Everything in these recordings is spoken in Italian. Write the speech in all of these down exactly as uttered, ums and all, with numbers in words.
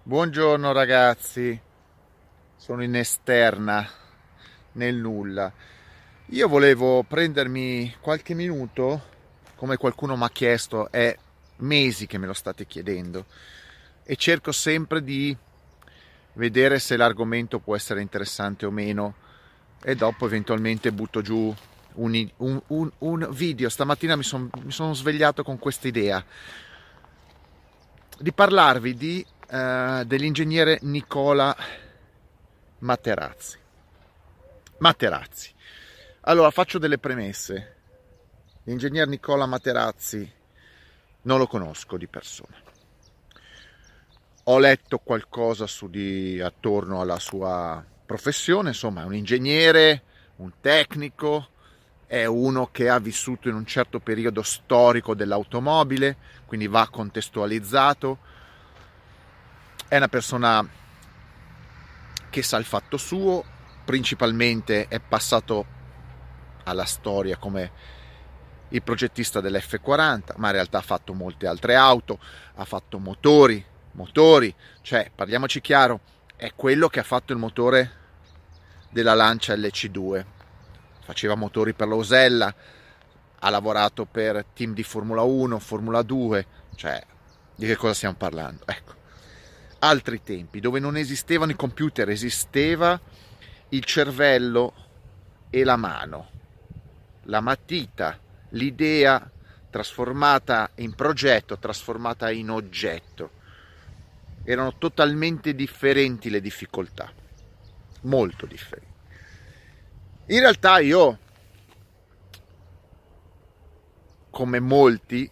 Buongiorno ragazzi, sono in esterna, nel nulla. Io volevo prendermi qualche minuto, come qualcuno mi ha chiesto, è mesi che me lo state chiedendo, e cerco sempre di vedere se l'argomento può essere interessante o meno, e dopo eventualmente butto giù un, un, un, un video. Stamattina mi, son, mi sono svegliato con questa idea di parlarvi di, uh, dell'ingegnere Nicola Materazzi. Materazzi. Allora, faccio delle premesse. L'ingegner Nicola Materazzi non lo conosco di persona. Ho letto qualcosa su di, attorno alla sua professione, insomma è un ingegnere, un tecnico, è uno che ha vissuto in un certo periodo storico dell'automobile, quindi va contestualizzato. È una persona che sa il fatto suo, principalmente è passato alla storia come il progettista dell'F quaranta, ma in realtà ha fatto molte altre auto, ha fatto motori, motori, cioè parliamoci chiaro, è quello che ha fatto il motore della Lancia L C due, faceva motori per l'Osella, ha lavorato per team di Formula uno, Formula due, cioè di che cosa stiamo parlando? Ecco, altri tempi dove non esistevano i computer, esisteva il cervello e la mano, la matita, l'idea trasformata in progetto, trasformata in oggetto. Erano totalmente differenti le difficoltà, molto differenti. In realtà io, come molti,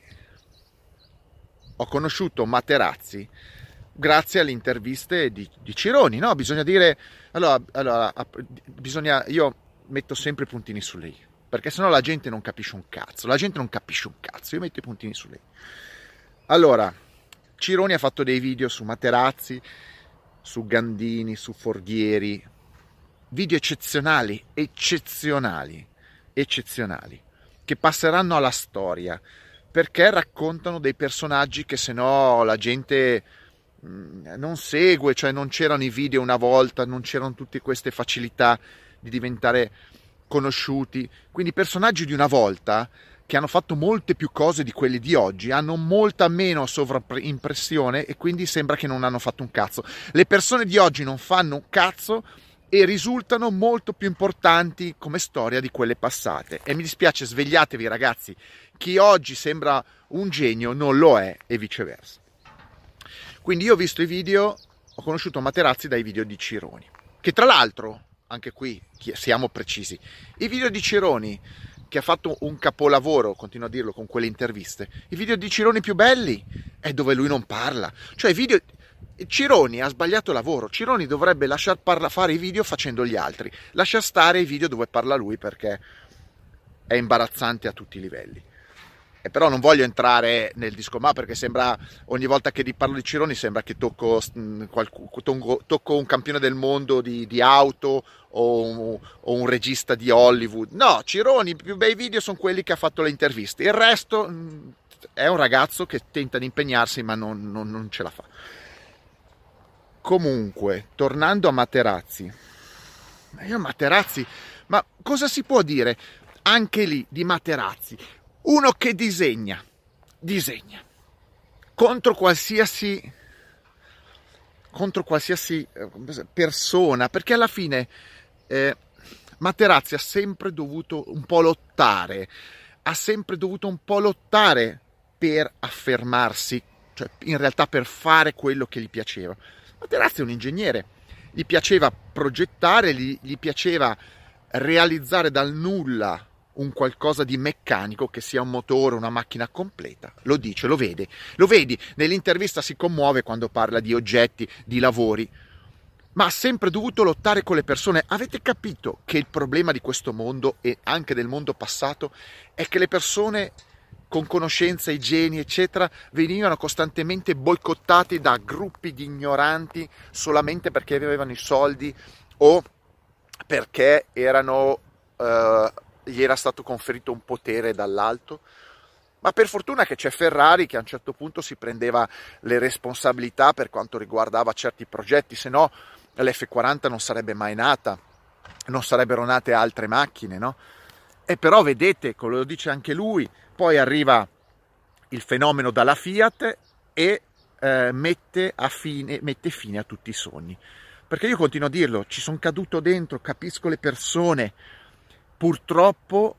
ho conosciuto Materazzi grazie alle interviste di, di Cironi, no? Bisogna dire, allora, allora, bisogna, io metto sempre i puntini su lei, perché sennò la gente non capisce un cazzo, la gente non capisce un cazzo, io metto i puntini su lei. Allora, Cironi ha fatto dei video su Materazzi, su Gandini, su Forghieri, video eccezionali, eccezionali, eccezionali, che passeranno alla storia, perché raccontano dei personaggi che se no la gente non segue, cioè non c'erano i video una volta, non c'erano tutte queste facilità di diventare conosciuti, quindi personaggi di una volta che hanno fatto molte più cose di quelli di oggi, hanno molta meno sovraimpressione e quindi sembra che non hanno fatto un cazzo. Le persone di oggi non fanno un cazzo e risultano molto più importanti come storia di quelle passate. E mi dispiace, svegliatevi ragazzi, chi oggi sembra un genio non lo è e viceversa. Quindi io ho visto i video, ho conosciuto Materazzi dai video di Cironi, che tra l'altro, anche qui siamo precisi, i video di Cironi, che ha fatto un capolavoro, continuo a dirlo con quelle interviste, i video di Cironi più belli è dove lui non parla, cioè i video... Cironi ha sbagliato lavoro, Cironi dovrebbe lasciar parla, fare i video facendo gli altri, lasciar stare i video dove parla lui perché è imbarazzante a tutti i livelli. E però non voglio entrare nel disco, ma perché sembra, ogni volta che parlo di Cironi sembra che tocco, tocco un campione del mondo di, di auto o un, o un regista di Hollywood. No, Cironi, i più bei video sono quelli che ha fatto le interviste, il resto è un ragazzo che tenta di impegnarsi ma non, non, non ce la fa. Comunque, tornando a Materazzi, io Materazzi, ma cosa si può dire anche lì di Materazzi? Uno che disegna, disegna, contro qualsiasi, contro qualsiasi persona, perché alla fine eh, Materazzi ha sempre dovuto un po' lottare, ha sempre dovuto un po' lottare per affermarsi, cioè in realtà per fare quello che gli piaceva. Materazzi è un ingegnere, gli piaceva progettare, gli, gli piaceva realizzare dal nulla un qualcosa di meccanico, che sia un motore, una macchina completa, lo dice, lo vede, lo vedi, nell'intervista si commuove quando parla di oggetti, di lavori, ma ha sempre dovuto lottare con le persone. Avete capito che il problema di questo mondo e anche del mondo passato è che le persone con conoscenza, i geni, eccetera, venivano costantemente boicottati da gruppi di ignoranti solamente perché avevano i soldi o perché erano... Uh, gli era stato conferito un potere dall'alto. Ma per fortuna che c'è Ferrari che a un certo punto si prendeva le responsabilità per quanto riguardava certi progetti, se no l'F quaranta non sarebbe mai nata, non sarebbero nate altre macchine, no? E però vedete, come lo dice anche lui, poi arriva il fenomeno dalla Fiat e eh, mette, a fine, mette fine a tutti i sogni. Perché io continuo a dirlo, ci sono caduto dentro, capisco le persone, purtroppo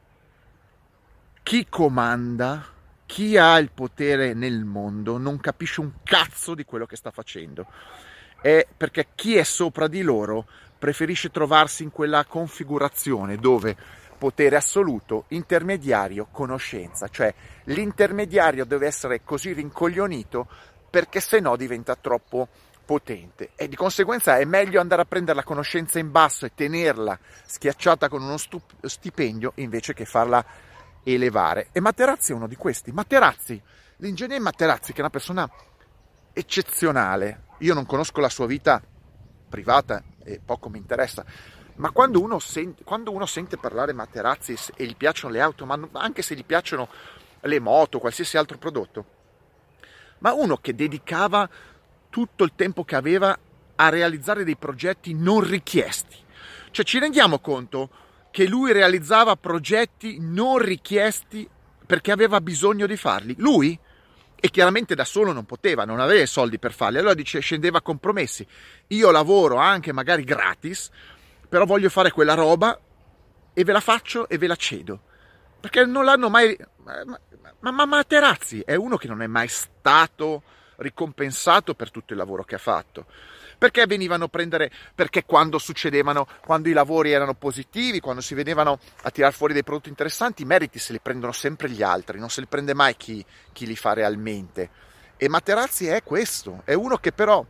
chi comanda, chi ha il potere nel mondo non capisce un cazzo di quello che sta facendo. È perché chi è sopra di loro preferisce trovarsi in quella configurazione dove potere assoluto, intermediario, conoscenza, cioè l'intermediario deve essere così rincoglionito perché se no diventa troppo potente e di conseguenza è meglio andare a prendere la conoscenza in basso e tenerla schiacciata con uno stup- stipendio invece che farla elevare. E Materazzi è uno di questi. Materazzi, l'ingegnere Materazzi, che è una persona eccezionale, io non conosco la sua vita privata e poco mi interessa, ma quando uno sente, quando uno sente parlare Materazzi e gli piacciono le auto, ma anche se gli piacciono le moto, qualsiasi altro prodotto, ma uno che dedicava tutto il tempo che aveva a realizzare dei progetti non richiesti, cioè ci rendiamo conto che lui realizzava progetti non richiesti perché aveva bisogno di farli, lui, e chiaramente da solo non poteva, non aveva i soldi per farli, allora dice, scendeva a compromessi, io lavoro anche magari gratis, però voglio fare quella roba e ve la faccio e ve la cedo, perché non l'hanno mai... Ma, ma, ma Materazzi è uno che non è mai stato ricompensato per tutto il lavoro che ha fatto, perché venivano a prendere, perché quando succedevano, quando i lavori erano positivi, quando si venivano a tirar fuori dei prodotti interessanti, i meriti se li prendono sempre gli altri, non se li prende mai chi, chi li fa realmente. E Materazzi è questo, è uno che però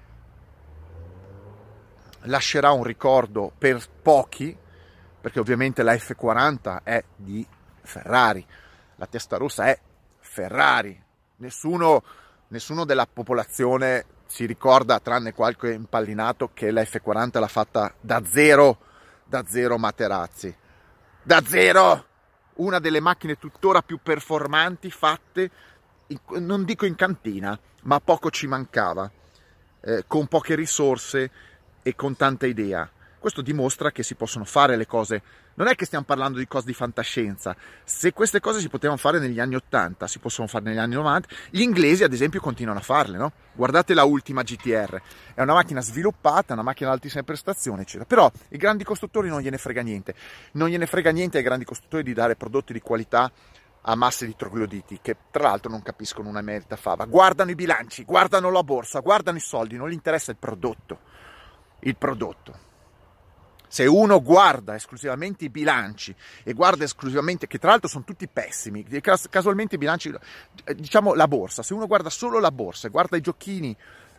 lascerà un ricordo per pochi, perché ovviamente la F quaranta è di Ferrari, la Testarossa è Ferrari, nessuno, nessuno della popolazione si ricorda, tranne qualche impallinato, che la F quaranta l'ha fatta da zero, da zero Materazzi, da zero, una delle macchine tuttora più performanti fatte, in, non dico in cantina, ma poco ci mancava, eh, con poche risorse e con tanta idea. Questo dimostra che si possono fare le cose, non è che stiamo parlando di cose di fantascienza, se queste cose si potevano fare negli anni ottanta, si possono fare negli anni novanta, gli inglesi ad esempio continuano a farle, no? Guardate la ultima G T R, è una macchina sviluppata, una macchina ad altissime prestazioni, eccetera, però i grandi costruttori non gliene frega niente, non gliene frega niente ai grandi costruttori di dare prodotti di qualità a masse di trogloditi, che tra l'altro non capiscono una merita fava, guardano i bilanci, guardano la borsa, guardano i soldi, non gli interessa il prodotto, il prodotto. Se uno guarda esclusivamente i bilanci e guarda esclusivamente, che tra l'altro sono tutti pessimi, casualmente i bilanci, diciamo la borsa, se uno guarda solo la borsa e guarda i giochini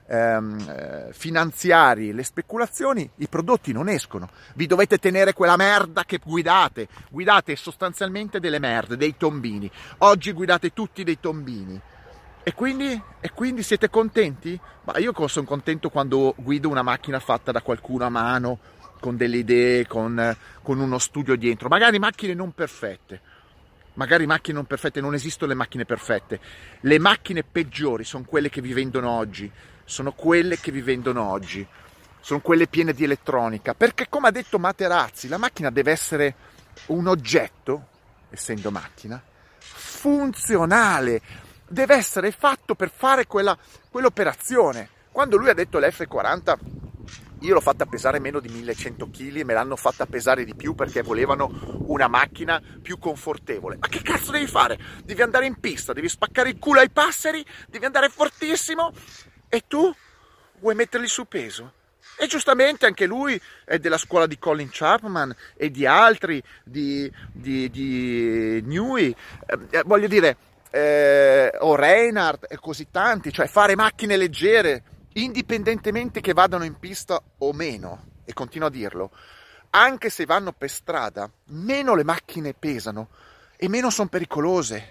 ehm, finanziari, le speculazioni, i prodotti non escono. Vi dovete tenere quella merda che guidate, guidate sostanzialmente delle merde, dei tombini. Oggi guidate tutti dei tombini. E quindi, e quindi siete contenti? Ma io sono contento quando guido una macchina fatta da qualcuno a mano, con delle idee, con, con uno studio dietro, magari macchine non perfette, magari macchine non perfette, non esistono le macchine perfette, le macchine peggiori sono quelle che vi vendono oggi, sono quelle che vi vendono oggi, sono quelle piene di elettronica, perché come ha detto Materazzi, la macchina deve essere un oggetto, essendo macchina, funzionale, deve essere fatto per fare quella, quell'operazione. Quando lui ha detto l'F quaranta, io l'ho fatta pesare meno di millecento chili e me l'hanno fatta pesare di più perché volevano una macchina più confortevole. Ma che cazzo devi fare? Devi andare in pista, devi spaccare il culo ai passeri, devi andare fortissimo e tu vuoi metterli su peso? E giustamente anche lui è della scuola di Colin Chapman e di altri, di, di, di Newey, eh, voglio dire, eh, o Reinhardt e così tanti, cioè fare macchine leggere, indipendentemente che vadano in pista o meno, e continuo a dirlo, anche se vanno per strada, meno le macchine pesano e meno sono pericolose.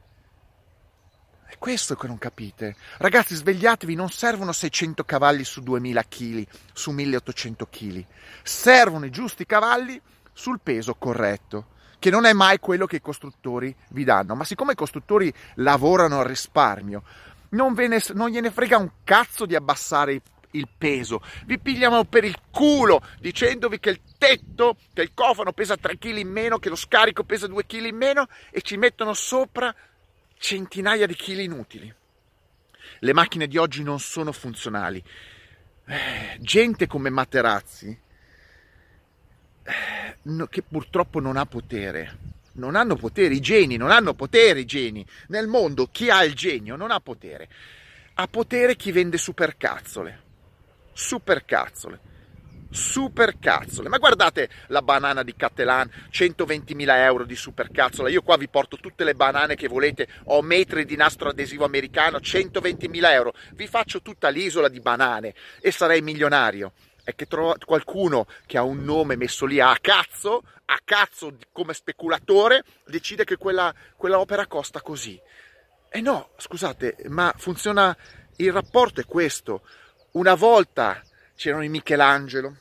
È questo che non capite. Ragazzi, svegliatevi, non servono seicento cavalli su duemila chili, su milleottocento chili. Servono i giusti cavalli sul peso corretto. che non è mai quello che i costruttori vi danno. Ma siccome i costruttori lavorano al risparmio, non, ve ne, non gliene frega un cazzo di abbassare il peso, vi pigliano per il culo dicendovi che il tetto, che il cofano pesa tre chili in meno, che lo scarico pesa due chili in meno, e ci mettono sopra centinaia di chili inutili. Le macchine di oggi non sono funzionali. Eh, gente come Materazzi, eh, no, che purtroppo non ha potere, non hanno potere, i geni non hanno potere, i geni. Nel mondo chi ha il genio non ha potere. Ha potere chi vende supercazzole. Supercazzole. Supercazzole. Ma guardate la banana di Cattelan, centoventimila euro di supercazzola. Io qua vi porto tutte le banane che volete, ho metri di nastro adesivo americano, centoventimila euro. Vi faccio tutta l'isola di banane e sarei milionario. È che trovo qualcuno che ha un nome messo lì a cazzo, a cazzo come speculatore, decide che quella, quella opera costa così. E no, scusate, ma funziona, il rapporto è questo. Una volta c'erano i Michelangelo,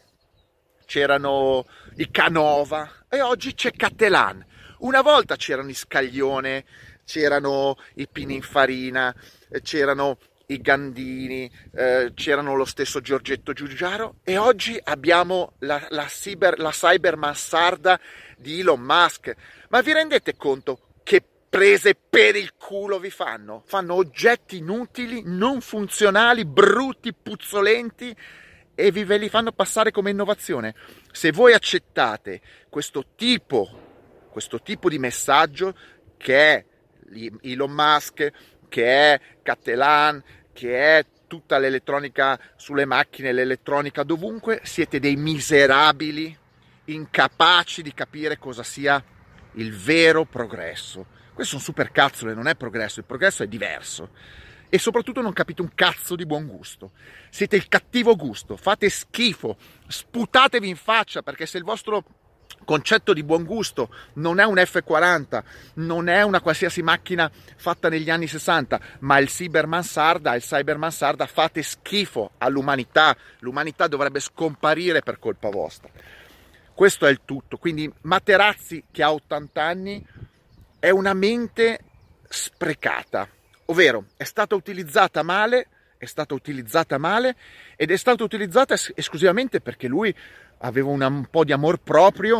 c'erano i Canova e oggi c'è Cattelan. Una volta c'erano i Scaglione, c'erano i Pininfarina, c'erano i Gandini, eh, c'erano lo stesso Giorgetto Giugiaro, e oggi abbiamo la, la, cyber, la cyber mansarda di Elon Musk. Ma vi rendete conto che prese per il culo vi fanno? Fanno oggetti inutili, non funzionali, brutti, puzzolenti, e vi ve li fanno passare come innovazione. Se voi accettate questo tipo, questo tipo di messaggio, che è Elon Musk, che è Cattelan, che è tutta l'elettronica sulle macchine, l'elettronica dovunque, siete dei miserabili, incapaci di capire cosa sia il vero progresso. Queste sono supercazzole, non è progresso, il progresso è diverso. E soprattutto non capite un cazzo di buon gusto. Siete il cattivo gusto, fate schifo, sputatevi in faccia, perché se il vostro concetto di buon gusto non è un F quaranta, non è una qualsiasi macchina fatta negli anni sessanta, ma il Cyber Mansarda, il Cyber Mansarda, fate schifo all'umanità. L'umanità dovrebbe scomparire per colpa vostra. Questo è il tutto. Quindi Materazzi, che ha ottanta anni, è una mente sprecata, ovvero è stata utilizzata male, è stata utilizzata male ed è stata utilizzata esclusivamente perché lui aveva una, un po' di amor proprio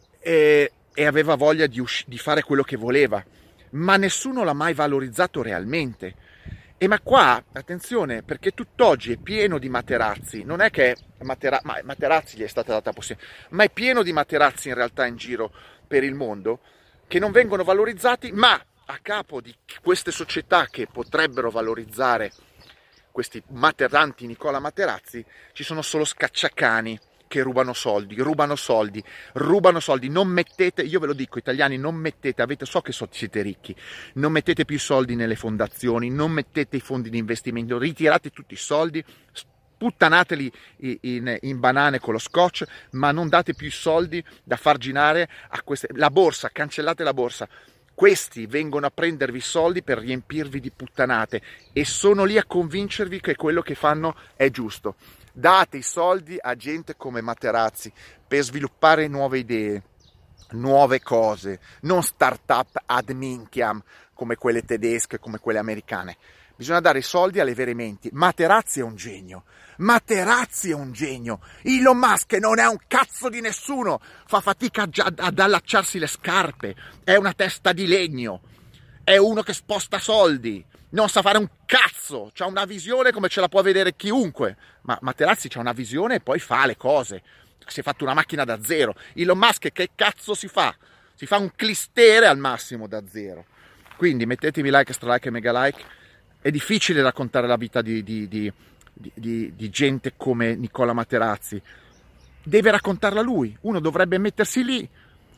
e, e aveva voglia di, usci- di fare quello che voleva, ma nessuno l'ha mai valorizzato realmente. E ma qua, attenzione, perché tutt'oggi è pieno di Materazzi, non è che Matera- ma Materazzi gli è stata data possibilità, ma è pieno di Materazzi in realtà in giro per il mondo, che non vengono valorizzati, ma a capo di queste società che potrebbero valorizzare questi materanti Nicola Materazzi ci sono solo scacciacani che rubano soldi, rubano soldi, rubano soldi. Non mettete, io ve lo dico, italiani, non mettete, avete, so che siete ricchi, non mettete più soldi nelle fondazioni, non mettete i fondi di investimento, ritirate tutti i soldi, sputtanateli in, in banane con lo scotch, ma non date più i soldi da far girare a queste, la borsa, cancellate la borsa. Questi vengono a prendervi soldi per riempirvi di puttanate e sono lì a convincervi che quello che fanno è giusto. Date i soldi a gente come Materazzi per sviluppare nuove idee, nuove cose, non start-up ad minchiam come quelle tedesche, come quelle americane. Bisogna dare i soldi alle vere menti. Materazzi è un genio. Materazzi è un genio. Elon Musk non è un cazzo di nessuno. Fa fatica ad allacciarsi le scarpe. È una testa di legno. È uno che sposta soldi. Non sa fare un cazzo. C'ha una visione come ce la può vedere chiunque. Ma Materazzi c'ha una visione e poi fa le cose. Si è fatto una macchina da zero. Elon Musk che cazzo si fa? Si fa un clistere al massimo da zero. Quindi mettetemi like, stra like e mega like. È difficile raccontare la vita di, di, di, di, di gente come Nicola Materazzi. Deve raccontarla lui. Uno dovrebbe mettersi lì,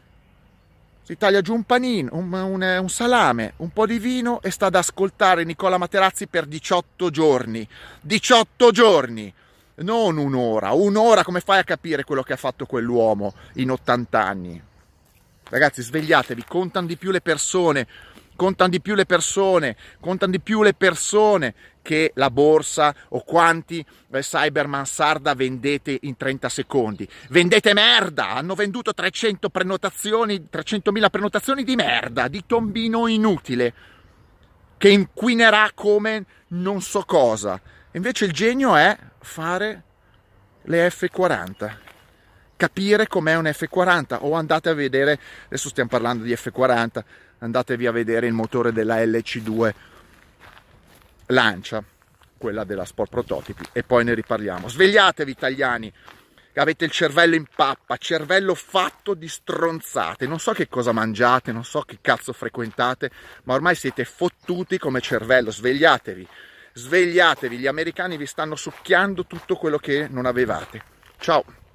si taglia giù un panino, un, un, un salame, un po' di vino e sta ad ascoltare Nicola Materazzi per diciotto giorni. diciotto giorni! Non un'ora. Un'ora come fai a capire quello che ha fatto quell'uomo in ottanta anni? Ragazzi, svegliatevi, contano di più le persone. Contano di più le persone, contano di più le persone che la borsa o quanti eh, Cyberman Sarda vendete in trenta secondi. Vendete merda, hanno venduto trecento prenotazioni, trecentomila prenotazioni di merda, di tombino inutile, che inquinerà come non so cosa. Invece il genio è fare le F quaranta, capire com'è un F quaranta, o andate a vedere, adesso stiamo parlando di F quaranta, andatevi a vedere il motore della L C due Lancia, quella della Sport Prototipi, e poi ne riparliamo. Svegliatevi italiani, avete il cervello in pappa, cervello fatto di stronzate, non so che cosa mangiate, non so che cazzo frequentate, ma ormai siete fottuti come cervello. Svegliatevi, svegliatevi, gli americani vi stanno succhiando tutto quello che non avevate. Ciao.